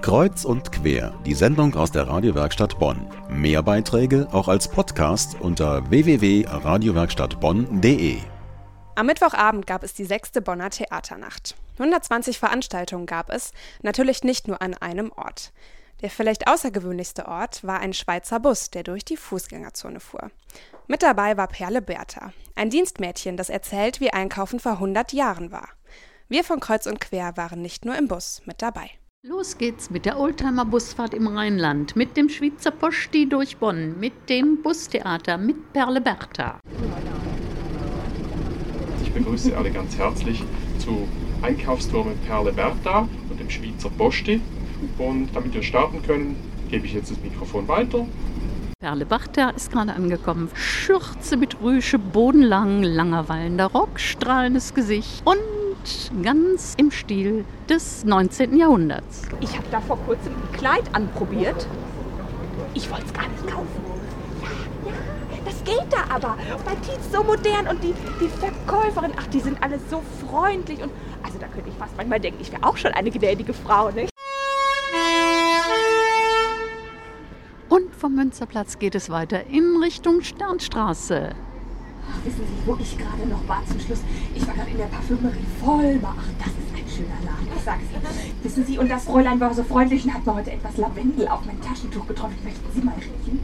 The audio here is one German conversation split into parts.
Kreuz und quer, die Sendung aus der Radiowerkstatt Bonn. Mehr Beiträge auch als Podcast unter www.radiowerkstattbonn.de. Am Mittwochabend gab es die 6. Bonner Theaternacht. 120 Veranstaltungen gab es, natürlich nicht nur an einem Ort. Der vielleicht außergewöhnlichste Ort war ein Schweizer Bus, der durch die Fußgängerzone fuhr. Mit dabei war Perle Bertha, ein Dienstmädchen, das erzählt, wie Einkaufen vor 100 Jahren war. Wir von Kreuz und Quer waren nicht nur im Bus mit dabei. Los geht's mit der Oldtimer-Busfahrt im Rheinland, mit dem Schweizer Posti durch Bonn, mit dem Bustheater, mit Perle Bertha. Ich begrüße Sie alle ganz herzlich zu Einkaufstour mit Perle Bertha und dem Schweizer Posti. Und damit wir starten können, gebe ich jetzt das Mikrofon weiter. Perle Bertha ist gerade angekommen. Schürze mit Rüsche, bodenlang, langer wallender Rock, strahlendes Gesicht und ganz im Stil des 19. Jahrhunderts. Ich habe da vor kurzem ein Kleid anprobiert. Ich wollte es gar nicht kaufen. Ja, das geht da aber. Man sieht so modern und die Verkäuferin, ach, die sind alle so freundlich. Und also da könnte ich fast manchmal denken, ich wäre auch schon eine gnädige Frau, nicht? Und vom Münsterplatz geht es weiter in Richtung Sternstraße. Wissen Sie, wo ich gerade noch war zum Schluss? Ich war gerade in der Parfümerie Vollmer. Ach, das ist ein schöner Laden, ich sag's Ihnen. Wissen Sie, und das Fräulein war so freundlich und hat mir heute etwas Lavendel auf mein Taschentuch geträufelt. Möchten Sie mal riechen?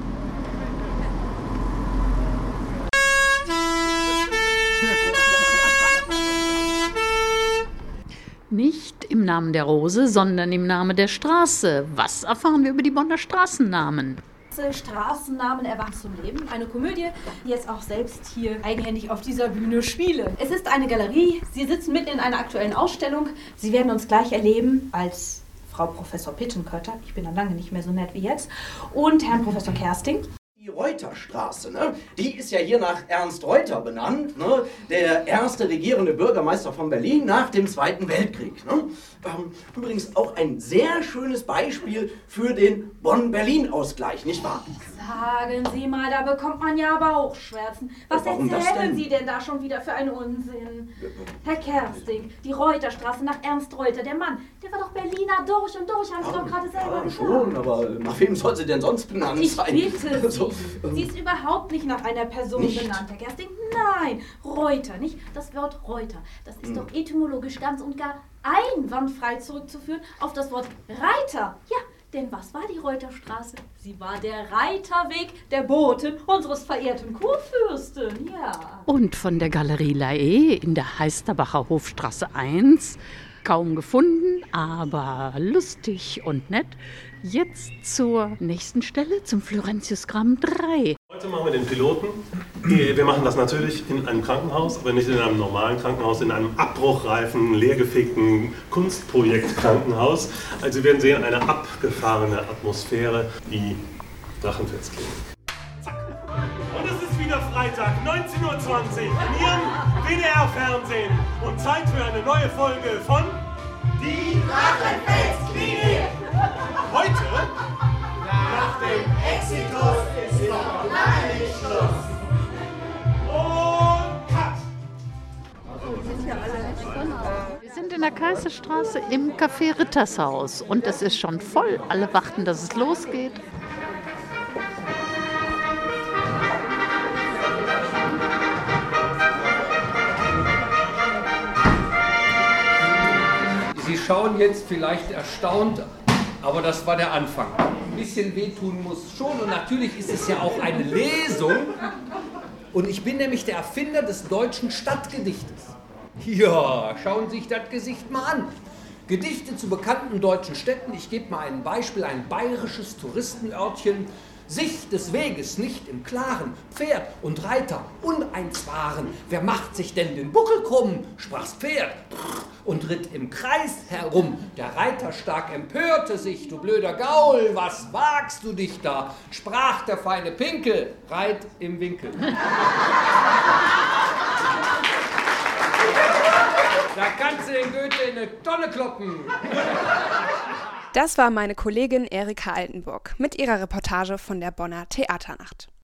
Nicht im Namen der Rose, sondern im Namen der Straße. Was erfahren wir über die Bonner Straßennamen? Straßennamen erwachen zum Leben. Eine Komödie, die jetzt auch selbst hier eigenhändig auf dieser Bühne spiele. Es ist eine Galerie. Sie sitzen mitten in einer aktuellen Ausstellung. Sie werden uns gleich erleben als Frau Professor Pittenkötter. Ich bin dann lange nicht mehr so nett wie jetzt. Und Herrn Professor Kersting. Die Reuterstraße, ne? Die ist ja hier nach Ernst Reuter benannt, ne? Der erste regierende Bürgermeister von Berlin nach dem Zweiten Weltkrieg. Ne? Übrigens auch ein sehr schönes Beispiel für den Bonn-Berlin-Ausgleich, nicht wahr? Sagen Sie mal, da bekommt man ja Bauchschmerzen. Was erzählen Sie denn da schon wieder für einen Unsinn? Herr Kersting, die Reuterstraße nach Ernst Reuter, der Mann, der war doch Berliner durch und durch, haben Sie doch gerade selber gesagt. Schon, aber nach wem soll sie denn sonst benannt sein? Ich bitte Sie. Also, Sie ist überhaupt nicht nach einer Person benannt, Herr Kersting. Nein, Reuter, nicht? Das Wort Reuter, das ist doch etymologisch ganz und gar einwandfrei zurückzuführen auf das Wort Reiter. Ja, denn was war die Reuterstraße? Sie war der Reiterweg der Boten unseres verehrten Kurfürsten, ja. Und von der Galerie Lae in der Heisterbacher Hofstraße 1, kaum gefunden, aber lustig und nett, jetzt zur nächsten Stelle, zum Florentiusgramm 3. Heute machen wir den Piloten. Wir machen das natürlich in einem Krankenhaus, aber nicht in einem normalen Krankenhaus, in einem abbruchreifen, leergefegten Kunstprojekt-Krankenhaus. Also wir werden sehen, eine abgefahrene Atmosphäre, die Drachenfest klingt. Zack. Und es ist wieder Freitag, 19:20 Uhr in Ihrem WDR-Fernsehen. Und Zeit für eine neue Folge von Die Drachenfest-Klinik. Heute, nach dem Exitus, ist noch lange nicht Schluss. Und Cut! Wir sind in der Kaiserstraße im Café Rittershaus und es ist schon voll. Alle warten, dass es losgeht. Sie schauen jetzt vielleicht erstaunt, aber das war der Anfang. Ein bisschen wehtun muss schon und natürlich ist es ja auch eine Lesung. Und ich bin nämlich der Erfinder des deutschen Stadtgedichtes. Ja, schauen Sie sich das Gesicht mal an. Gedichte zu bekannten deutschen Städten. Ich gebe mal ein Beispiel, ein bayerisches Touristenörtchen. Sich des Weges nicht im Klaren, Pferd und Reiter uneins waren. Wer macht sich denn den Buckel krumm, sprach's Pferd und ritt im Kreis herum. Der Reiter stark empörte sich, du blöder Gaul, was wagst du dich da? Sprach der feine Pinkel, reit im Winkel. Da kannst du den Goethe in eine Tonne kloppen. Das war meine Kollegin Erika Altenburg mit ihrer Reportage von der Bonner Theaternacht.